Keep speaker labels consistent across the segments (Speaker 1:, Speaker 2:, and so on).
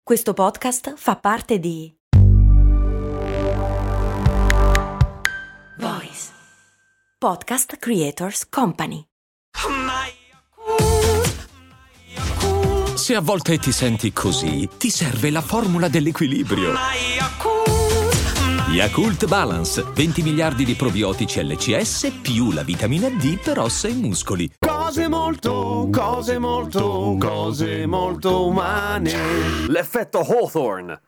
Speaker 1: Questo podcast fa parte di Voice Podcast Creators Company.
Speaker 2: Se a volte ti senti così, ti serve la formula dell'equilibrio. Yakult Balance, 20 miliardi di probiotici LCS più la vitamina D per ossa e muscoli.
Speaker 3: Cose molto umane. L'effetto Hawthorne.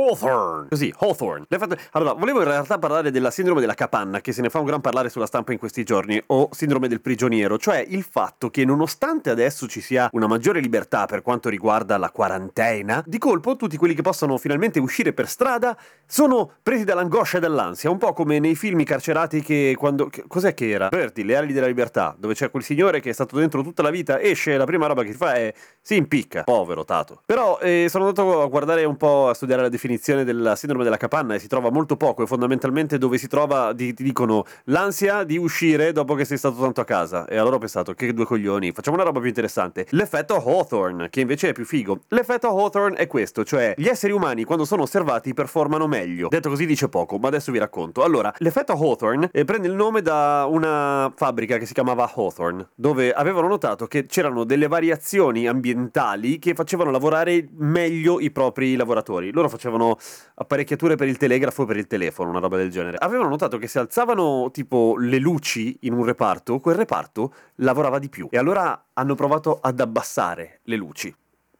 Speaker 3: Così, Hawthorne. Allora, volevo in realtà parlare della sindrome della capanna, che se ne fa un gran parlare sulla stampa in questi giorni, o sindrome del prigioniero, cioè il fatto che nonostante adesso ci sia una maggiore libertà per quanto riguarda la quarantena, di colpo tutti quelli che possono finalmente uscire per strada sono presi dall'angoscia e dall'ansia, un po' come nei film carcerati che quando... Cos'è che era? Verdi, Le ali della libertà, dove c'è quel signore che è stato dentro tutta la vita, esce, la prima roba che fa è... si impicca. Povero Tato. Però sono andato a guardare un po', a studiare la definizione della sindrome della capanna e si trova molto poco, e fondamentalmente dove si trova ti dicono l'ansia di uscire dopo che sei stato tanto a casa. E allora ho pensato, che due coglioni, facciamo una roba più interessante. L'effetto Hawthorne, che invece è più figo. L'effetto Hawthorne è questo, cioè gli esseri umani quando sono osservati performano meglio. Detto così dice poco, ma adesso vi racconto. Allora, l'effetto Hawthorne prende il nome da una fabbrica che si chiamava Hawthorne, dove avevano notato che c'erano delle variazioni ambientali che facevano lavorare meglio i propri lavoratori. Loro facevano apparecchiature per il telegrafo e per il telefono, una roba del genere. Avevano notato che se alzavano tipo le luci in un reparto, quel reparto lavorava di più. E allora hanno provato ad abbassare le luci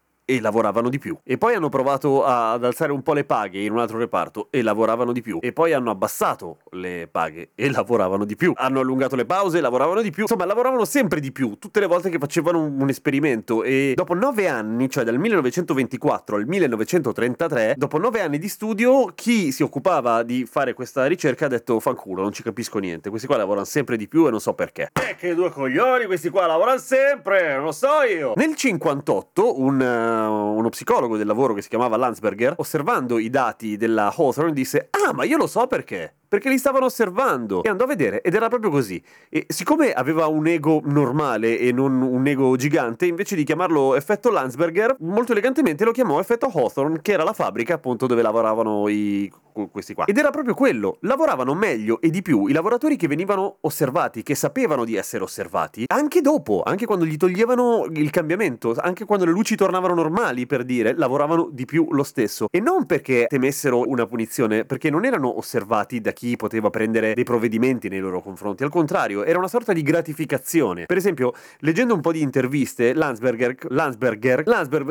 Speaker 3: e lavoravano di più. E poi hanno provato ad alzare un po' le paghe in un altro reparto e lavoravano di più. E poi hanno abbassato le paghe e lavoravano di più. Hanno allungato le pause e lavoravano di più. Insomma, lavoravano sempre di più, tutte le volte che facevano un esperimento. E dopo 9 anni, cioè dal 1924 al 1933, dopo 9 anni di studio, chi si occupava di fare questa ricerca ha detto: fanculo, non ci capisco niente, questi qua lavorano sempre di più e non so perché. Che due coglioni, questi qua lavorano sempre, non lo so io. Nel 58 uno psicologo del lavoro che si chiamava Landsberger, osservando i dati della Hawthorne, disse: ah, ma io lo so perché li stavano osservando. E andò a vedere ed era proprio così. E siccome aveva un ego normale e non un ego gigante, invece di chiamarlo effetto Landsberger, molto elegantemente lo chiamò effetto Hawthorne, che era la fabbrica appunto dove lavoravano questi qua. Ed era proprio quello, lavoravano meglio e di più i lavoratori che venivano osservati, che sapevano di essere osservati, anche dopo, anche quando gli toglievano il cambiamento, anche quando le luci tornavano normali, per dire, lavoravano di più lo stesso. E non perché temessero una punizione, perché non erano osservati da chi poteva prendere dei provvedimenti nei loro confronti, al contrario, era una sorta di gratificazione. Per esempio, leggendo un po' di interviste, Landsberger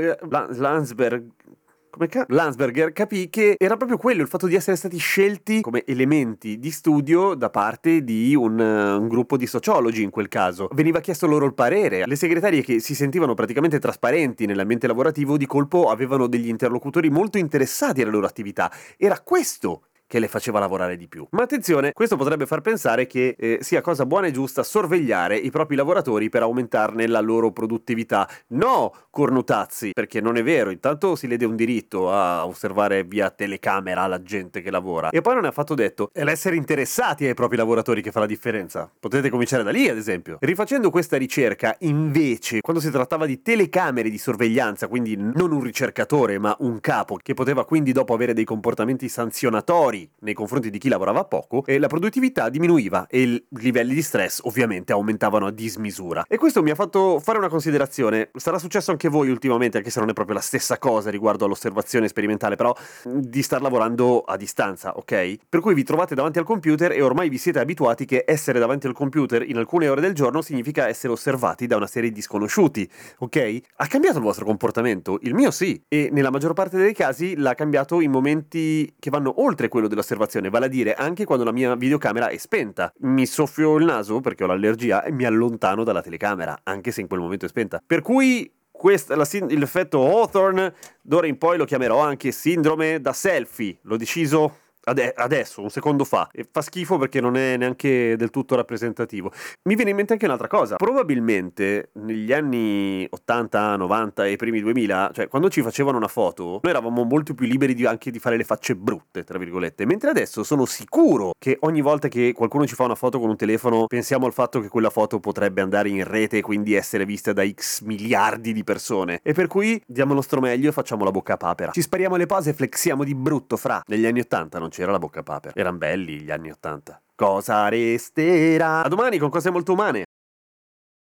Speaker 3: capì che era proprio quello, il fatto di essere stati scelti come elementi di studio da parte di un gruppo di sociologi. In quel caso veniva chiesto loro il parere. Le segretarie, che si sentivano praticamente trasparenti nell'ambiente lavorativo, di colpo avevano degli interlocutori molto interessati alle loro attività. Era questo che le faceva lavorare di più. Ma attenzione, questo potrebbe far pensare che sia cosa buona e giusta sorvegliare i propri lavoratori per aumentarne la loro produttività. No, cornutazzi, perché non è vero. Intanto si lede un diritto a osservare via telecamera la gente che lavora. E poi non è affatto detto, è l'essere interessati ai propri lavoratori che fa la differenza. Potete cominciare da lì, ad esempio. Rifacendo questa ricerca, invece, quando si trattava di telecamere di sorveglianza, quindi non un ricercatore, ma un capo, che poteva quindi dopo avere dei comportamenti sanzionatori nei confronti di chi lavorava poco, e la produttività diminuiva e i livelli di stress ovviamente aumentavano a dismisura. E questo mi ha fatto fare una considerazione. Sarà successo anche a voi ultimamente, anche se non è proprio la stessa cosa riguardo all'osservazione sperimentale, però di star lavorando a distanza, ok? Per cui vi trovate davanti al computer e ormai vi siete abituati che essere davanti al computer in alcune ore del giorno significa essere osservati da una serie di sconosciuti, ok? Ha cambiato il vostro comportamento? Il mio sì, e nella maggior parte dei casi l'ha cambiato in momenti che vanno oltre quello dell'osservazione, vale a dire anche quando la mia videocamera è spenta. Mi soffio il naso perché ho l'allergia e mi allontano dalla telecamera, anche se in quel momento è spenta. Per cui l'effetto Hawthorne d'ora in poi lo chiamerò anche sindrome da selfie. L'ho deciso adesso, un secondo fa, e fa schifo perché non è neanche del tutto rappresentativo. Mi viene in mente anche un'altra cosa. Probabilmente negli anni 80, 90 e i primi 2000, cioè quando ci facevano una foto, noi eravamo molto più liberi anche di fare le facce brutte, tra virgolette, mentre adesso sono sicuro che ogni volta che qualcuno ci fa una foto con un telefono pensiamo al fatto che quella foto potrebbe andare in rete e quindi essere vista da X miliardi di persone, e per cui diamo il nostro meglio e facciamo la bocca a papera. Ci spariamo le pose e flexiamo di brutto, fra. Negli anni 80 non c'era la bocca a papera. Erano belli gli anni 80. Cosa resterà? A domani con cose molto umane.